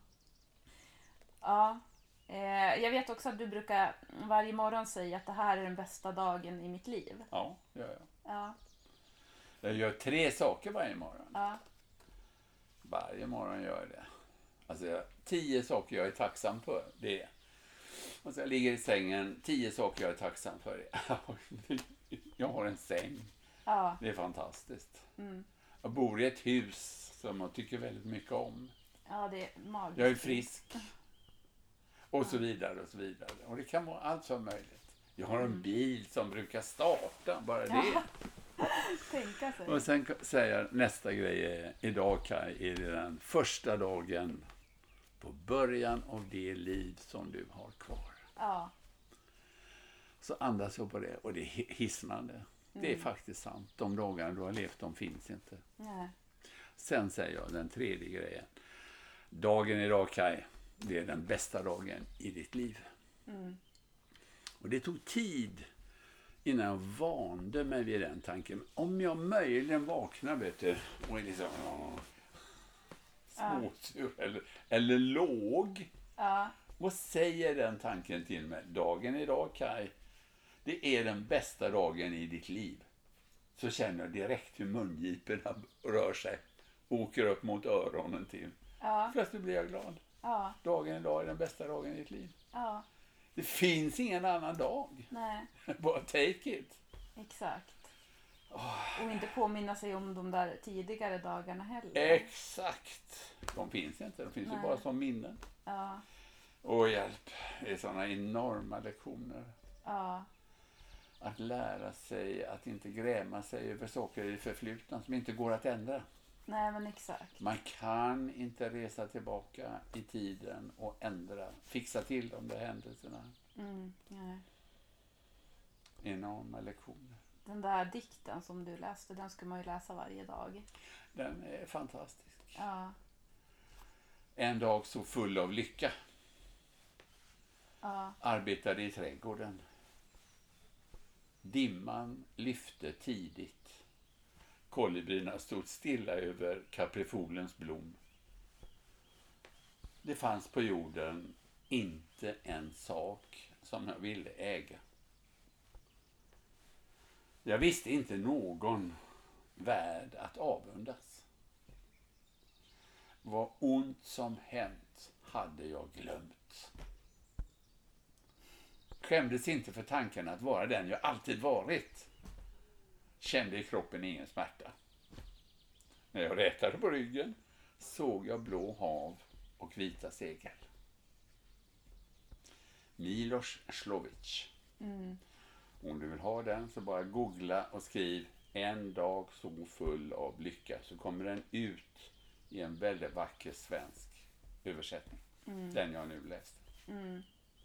Speaker 2: Ja. Eh, jag vet också att du brukar varje morgon säga att det här är den bästa dagen i mitt liv.
Speaker 1: Ja, det gör jag.
Speaker 2: Ja.
Speaker 1: Jag gör tre saker varje morgon.
Speaker 2: Ja.
Speaker 1: Varje morgon gör jag det. Alltså, jag, tio saker jag är tacksam för, det är. Alltså, jag ligger i sängen, tio saker jag är tacksam för. Det. Jag har en säng.
Speaker 2: Ja.
Speaker 1: Det är fantastiskt.
Speaker 2: Mm.
Speaker 1: Jag bor i ett hus som jag tycker väldigt mycket om.
Speaker 2: Ja, det är magiskt.
Speaker 1: Jag är frisk. Och så vidare och så vidare. Och det kan vara allt som möjligt. Jag har en bil som brukar starta, bara det.
Speaker 2: Ja. Tänka sig.
Speaker 1: Och sen säger jag nästa grej är, idag Kaj, är det den första dagen på början av det liv som du har kvar.
Speaker 2: Ja.
Speaker 1: Så andas jag på det och det är hisnande. Mm. Det är faktiskt sant. De dagarna du har levt, de finns inte.
Speaker 2: Nej.
Speaker 1: Sen säger jag den tredje grejen. Dagen idag Kaj, det är den bästa dagen i ditt liv.
Speaker 2: Mm.
Speaker 1: Och det tog tid innan jag vande mig vid den tanken. Om jag möjligen vaknar, vet du, och är liksom åh, småsur eller, eller låg.
Speaker 2: Ja.
Speaker 1: Och säger den tanken till mig. Dagen idag Kaj, det är den bästa dagen i ditt liv. Så känner jag direkt hur mungiporna rör sig. Åker upp mot öronen till.
Speaker 2: Ja.
Speaker 1: Plötsligt blir jag glad.
Speaker 2: Ja.
Speaker 1: Dagen idag är den bästa dagen i ditt liv.
Speaker 2: Ja.
Speaker 1: Det finns ingen annan dag.
Speaker 2: Nej.
Speaker 1: Bara take it.
Speaker 2: Exakt. Oh. Och inte påminna sig om de där tidigare dagarna heller.
Speaker 1: Exakt. De finns inte. De finns
Speaker 2: Nej.
Speaker 1: ju bara som minnen.
Speaker 2: Ja.
Speaker 1: Och hjälp. Det är sådana enorma lektioner.
Speaker 2: Ja.
Speaker 1: Att lära sig att inte gräma sig över saker i förflutna som inte går att ändra.
Speaker 2: Nej, men exakt.
Speaker 1: Man kan inte resa tillbaka i tiden och ändra, fixa till de där händelserna.
Speaker 2: Mm, nej.
Speaker 1: Enorma lektioner.
Speaker 2: Den där dikten som du läste, den ska man ju läsa varje dag.
Speaker 1: Den är fantastisk.
Speaker 2: Ja.
Speaker 1: En dag så full av lycka.
Speaker 2: Ja.
Speaker 1: Arbetade i trädgården. Dimman lyfte tidigt. Kolibrierna stod stilla över kaprifolens blom. Det fanns på jorden inte en sak som jag ville äga. Jag visste inte någon värd att avundas. Vad ont som hänt hade jag glömt. Skämdes inte för tanken att vara den jag alltid varit. Kände i kroppen ingen smärta. När jag rätade på ryggen såg jag blå hav och vita segel. Milos Slovic.
Speaker 2: Mm.
Speaker 1: Om du vill ha den så bara googla och skriv en dag så full av lycka, så kommer den ut i en väldigt vacker svensk översättning.
Speaker 2: Mm.
Speaker 1: Den jag nu läste.
Speaker 2: Mm.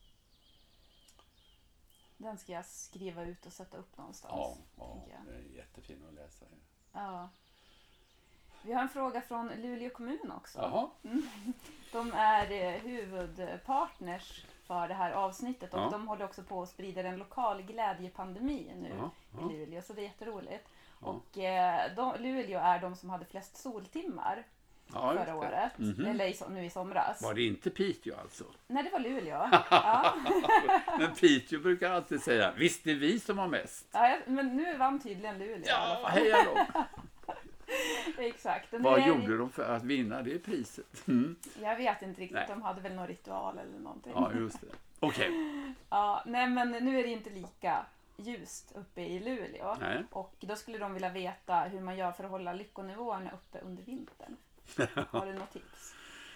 Speaker 2: Den ska jag skriva ut och sätta upp någonstans.
Speaker 1: Ja, ja
Speaker 2: tänker jag.
Speaker 1: det är jättefin att läsa.
Speaker 2: Ja. Vi har en fråga från Luleå kommun också.
Speaker 1: Jaha.
Speaker 2: Mm. De är eh, huvudpartners för det här avsnittet och
Speaker 1: Ja.
Speaker 2: de håller också på att sprida en lokal glädjepandemi nu
Speaker 1: Ja, ja.
Speaker 2: i Luleå, så det är jätteroligt.
Speaker 1: Ja.
Speaker 2: Och eh, de, Luleå är de som hade flest soltimmar
Speaker 1: Ja, just
Speaker 2: förra
Speaker 1: det.
Speaker 2: året,
Speaker 1: Mhm.
Speaker 2: eller i, nu i somras.
Speaker 1: Var det inte Piteå alltså?
Speaker 2: Nej, det var Luleå. Ja.
Speaker 1: Men Piteå brukar alltid säga, visst det är vi som har mest.
Speaker 2: Ja, men nu vann tydligen Luleå i alla
Speaker 1: Ja,
Speaker 2: fall.
Speaker 1: heja dem.
Speaker 2: Exakt. Och nu
Speaker 1: Vad
Speaker 2: är
Speaker 1: gjorde de för att vinna det priset? Mm.
Speaker 2: Jag vet inte riktigt,
Speaker 1: Nej.
Speaker 2: de hade väl någon ritual eller någonting.
Speaker 1: Ja, just det. Okej.
Speaker 2: Ja, nej men nu är det inte lika ljust uppe i Luleå.
Speaker 1: Nej.
Speaker 2: Och då skulle de vilja veta hur man gör för att hålla lyckonivåerna uppe under vintern. Har du något tips?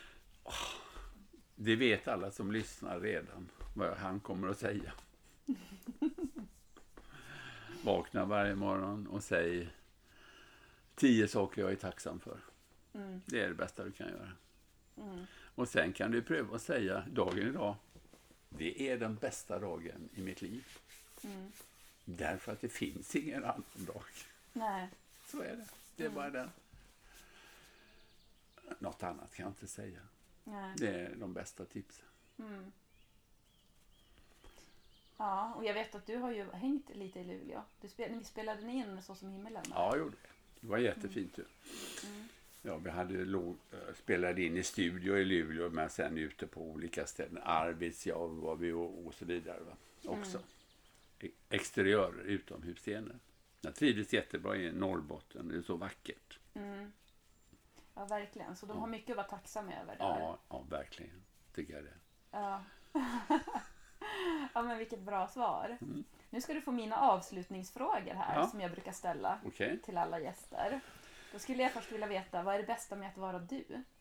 Speaker 1: Det vet alla som lyssnar redan vad han kommer att säga. Vakna varje morgon och säg tio saker jag är tacksam för.
Speaker 2: Mm.
Speaker 1: Det är det bästa du kan göra.
Speaker 2: Mm.
Speaker 1: Och sen kan du pröva att säga dagen idag. Det är den bästa dagen i mitt liv.
Speaker 2: Mm.
Speaker 1: Därför att det finns ingen annan dag.
Speaker 2: Nej.
Speaker 1: Så är det. Det är bara den. Något annat kan jag inte säga.
Speaker 2: Nej.
Speaker 1: Det är de bästa tipsen.
Speaker 2: Mm. Ja, och jag vet att du har ju hängt lite i Luleå. Du spel, ni spelade ni in Så som himmelen.
Speaker 1: Ja, jag gjorde det. Det var jättefint ju.
Speaker 2: Mm.
Speaker 1: Ja, vi hade låg, spelade in i studio i Luleå men sen ute på olika ställen. Arvidsjaur var vi och, och så vidare va? Också. Mm. Exteriörer, utomhusscener. Jag trivdes jättebra i Norrbotten. Det är så vackert.
Speaker 2: Mm. Ja, verkligen. Så de har mycket att vara tacksamma över där.
Speaker 1: Ja, ja verkligen. Tycker jag det.
Speaker 2: Ja. Ja, men vilket bra svar.
Speaker 1: Mm.
Speaker 2: Nu ska du få mina avslutningsfrågor här
Speaker 1: Ja.
Speaker 2: som jag brukar ställa
Speaker 1: Okej.
Speaker 2: till alla gäster. Då skulle jag först vilja veta, vad är det bästa med att vara du?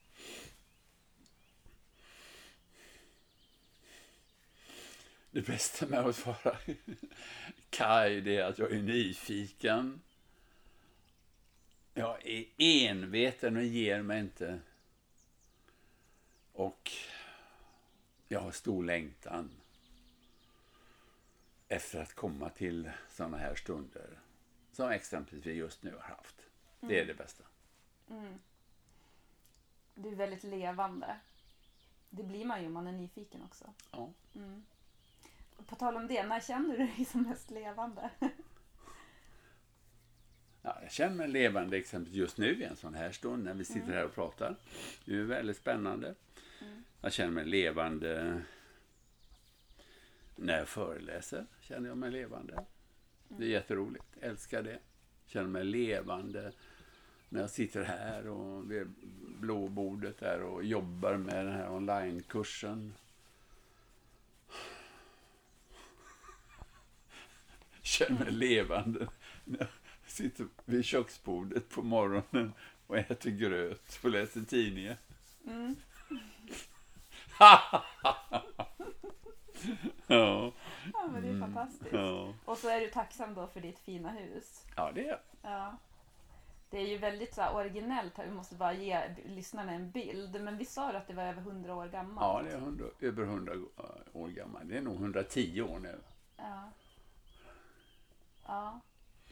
Speaker 1: Det bästa med att vara Kaj, det är att jag är nyfiken. Jag är enveten och ger mig inte. Och jag har stor längtan efter att komma till sådana här stunder som exempelvis vi just nu har haft. Det är det bästa.
Speaker 2: Mm. Du är väldigt levande. Det blir man ju om man är nyfiken också.
Speaker 1: Ja.
Speaker 2: Mm. På tal om det, när känner du dig som mest levande?
Speaker 1: Ja, jag känner mig levande exempelvis just nu i en sån här stund när vi sitter här och pratar. Det är väldigt spännande.
Speaker 2: Mm.
Speaker 1: Jag känner mig levande när jag föreläser. Känner jag mig levande. Det är jätteroligt. Älskar det. Känner mig levande när jag sitter här och vid blåbordet där och jobbar med den här onlinekursen. Känner mig levande när jag sitter vid köksbordet på morgonen och äter gröt och läser tidningen.
Speaker 2: Mm.
Speaker 1: Ja.
Speaker 2: Ja, men det är fantastiskt.
Speaker 1: Ja.
Speaker 2: Och så är du tacksam då för ditt fina hus.
Speaker 1: Ja, det är jag.
Speaker 2: Ja. Det är ju väldigt så här originellt här. Vi måste bara ge lyssnarna en bild. Men vi sa att det var över hundra år gammalt.
Speaker 1: Ja, det är hundra, över hundra år gammal. Det är nog hundratio år nu.
Speaker 2: Ja. Ja.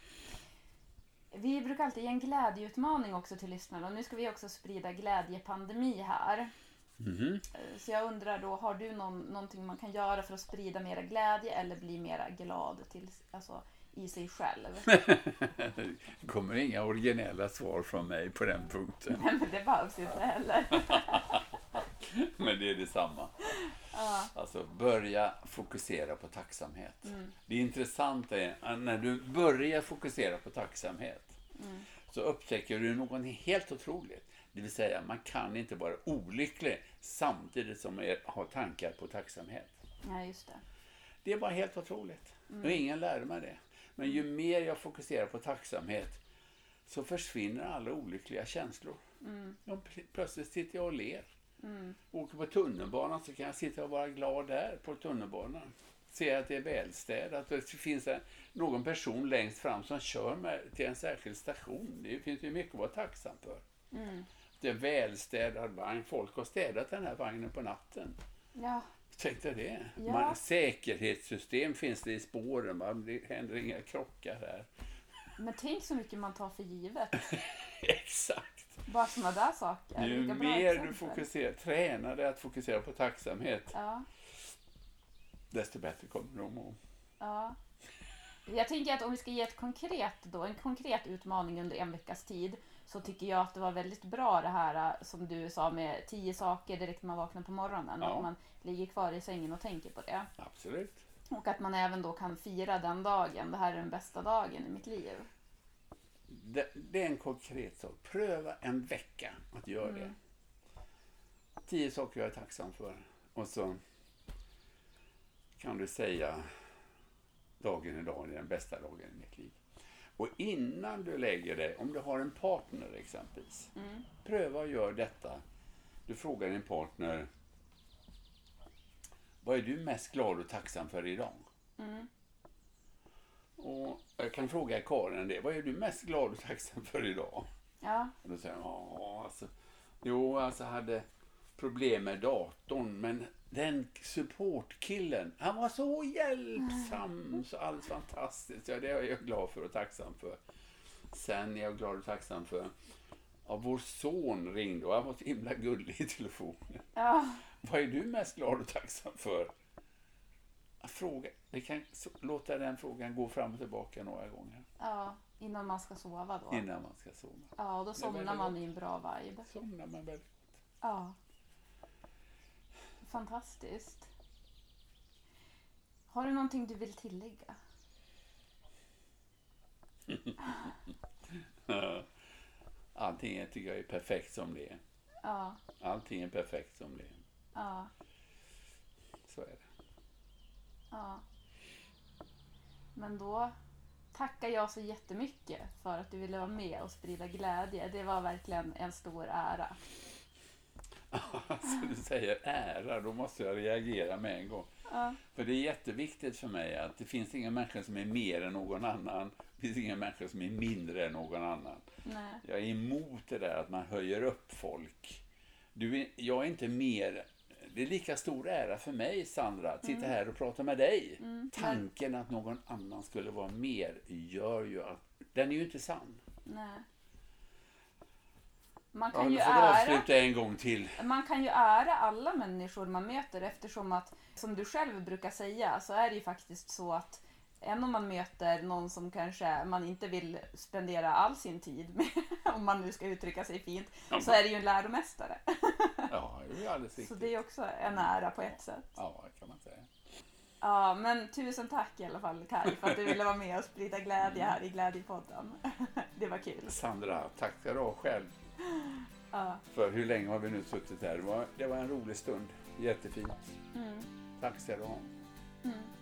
Speaker 2: Vi brukar alltid ge en glädjeutmaning också till lyssnarna. Och nu ska vi också sprida glädjepandemi här.
Speaker 1: Mhm.
Speaker 2: Så jag undrar då, har du någon, någonting man kan göra för att sprida mera glädje eller bli mera glad till, alltså, i sig själv?
Speaker 1: Det kommer inga originella svar från mig på den punkten.
Speaker 2: Nej, men det behövs inte heller.
Speaker 1: Men det är detsamma.
Speaker 2: Ja.
Speaker 1: Alltså börja fokusera på tacksamhet.
Speaker 2: Mm.
Speaker 1: Det intressanta är att när du börjar fokusera på tacksamhet
Speaker 2: Mm.
Speaker 1: så upptäcker du något helt otroligt. Det vill säga man kan inte vara olycklig samtidigt som man har tankar på tacksamhet.
Speaker 2: Ja, just det.
Speaker 1: Det är bara helt otroligt.
Speaker 2: Mm.
Speaker 1: Och ingen lärde mig det. Men ju mer jag fokuserar på tacksamhet så försvinner alla olyckliga känslor.
Speaker 2: Mm.
Speaker 1: Och pl- plötsligt sitter jag och ler.
Speaker 2: Mm.
Speaker 1: Åker på tunnelbanan så kan jag sitta och vara glad där på tunnelbanan. Se att det är välstädat. Det finns en, någon person längst fram som kör mig till en särskild station. Det finns ju mycket att vara tacksam för.
Speaker 2: Mm.
Speaker 1: Det är välstädad vagn. Folk har städat den här vagnen på natten.
Speaker 2: Ja.
Speaker 1: Tänkte det.
Speaker 2: Ja.
Speaker 1: Man, säkerhetssystem finns det i spåren. Va? Det händer inga krockar här.
Speaker 2: Men tänk så mycket man tar för givet.
Speaker 1: Exakt.
Speaker 2: Bara sådana där saker.
Speaker 1: Ju
Speaker 2: Vilka bra
Speaker 1: mer
Speaker 2: exempel.
Speaker 1: du fokuserar, tränar dig att fokusera på tacksamhet,
Speaker 2: Ja.
Speaker 1: desto bättre kommer du att må.
Speaker 2: Ja. Jag tänker att om vi ska ge ett konkret då, en konkret utmaning under en veckas tid, så tycker jag att det var väldigt bra det här som du sa med tio saker direkt när man vaknar på morgonen.
Speaker 1: Ja.
Speaker 2: Att man ligger kvar i sängen och tänker på det.
Speaker 1: Absolut.
Speaker 2: Och att man även då kan fira den dagen. Det här är den bästa dagen i mitt liv.
Speaker 1: Det, det är en konkret sak. Pröva en vecka att göra
Speaker 2: Mm.
Speaker 1: det. Tio saker jag är tacksam för. Och så kan du säga dagen idag är den bästa dagen i mitt liv. Och innan du lägger det, om du har en partner exempelvis,
Speaker 2: Mm.
Speaker 1: pröva att göra detta. Du frågar din partner, vad är du mest glad och tacksam för idag?
Speaker 2: Mm.
Speaker 1: Och jag kan fråga Karin det, vad är du mest glad och tacksam för idag?
Speaker 2: Ja.
Speaker 1: Och då säger hon, ja alltså, jo alltså hade problem med datorn, men den supportkillen, han var så hjälpsam, så alldeles fantastiskt. Ja, det är jag glad för och tacksam för. Sen är jag glad och tacksam för, ja, vår son ringde och han var så himla gullig i telefonen.
Speaker 2: Ja.
Speaker 1: Vad är du mest glad och tacksam för? Fråga, det kan så, låta den frågan gå fram och tillbaka några gånger.
Speaker 2: Ja. Innan man ska sova då.
Speaker 1: Innan man ska sova.
Speaker 2: Ja, och då somnar
Speaker 1: väldigt
Speaker 2: man i en bra vibe.
Speaker 1: Somnar man väl.
Speaker 2: Ja. Fantastiskt. Har du någonting du vill tillägga?
Speaker 1: Allting tycker jag är perfekt som det är.
Speaker 2: Ja.
Speaker 1: Allting är perfekt som det är.
Speaker 2: Ja.
Speaker 1: Så är det.
Speaker 2: Ja. Men då tackar jag så jättemycket för att du ville vara med och sprida glädje. Det var verkligen en stor ära.
Speaker 1: Alltså du säger ära, då måste jag reagera med en gång.
Speaker 2: Ja.
Speaker 1: För det är jätteviktigt för mig att det finns inga människor som är mer än någon annan. Det finns inga människor som är mindre än någon annan.
Speaker 2: Nej.
Speaker 1: Jag är emot det där att man höjer upp folk. Du är, jag är inte mer... Det är lika stor ära för mig, Sandra, att sitta
Speaker 2: Mm.
Speaker 1: här och prata med dig.
Speaker 2: Mm.
Speaker 1: Tanken att någon annan skulle vara mer gör ju att... Den är ju inte sann.
Speaker 2: Nej. Man
Speaker 1: Ja,
Speaker 2: kan,
Speaker 1: nu
Speaker 2: ju
Speaker 1: får du
Speaker 2: ära,
Speaker 1: avsluta en gång till.
Speaker 2: man kan ju ära alla människor man möter, eftersom att, som du själv brukar säga, så är det ju faktiskt så att även om man möter någon som kanske man inte vill spendera all sin tid med, om man nu ska uttrycka sig fint, så är det ju en läromästare.
Speaker 1: Ja, det är alldeles
Speaker 2: Så
Speaker 1: riktigt.
Speaker 2: det är också en ära på ett sätt.
Speaker 1: Ja, det kan man säga.
Speaker 2: Ja, men tusen tack i alla fall, Kaj, för att du ville vara med och sprida glädje här i Glädjepodden. Det var kul.
Speaker 1: Sandra, tack ska du ha själv.
Speaker 2: Ja.
Speaker 1: För hur länge har vi nu suttit här? Det var, det var en rolig stund. Jättefint.
Speaker 2: Mm.
Speaker 1: Tack ska du ha.
Speaker 2: Mm.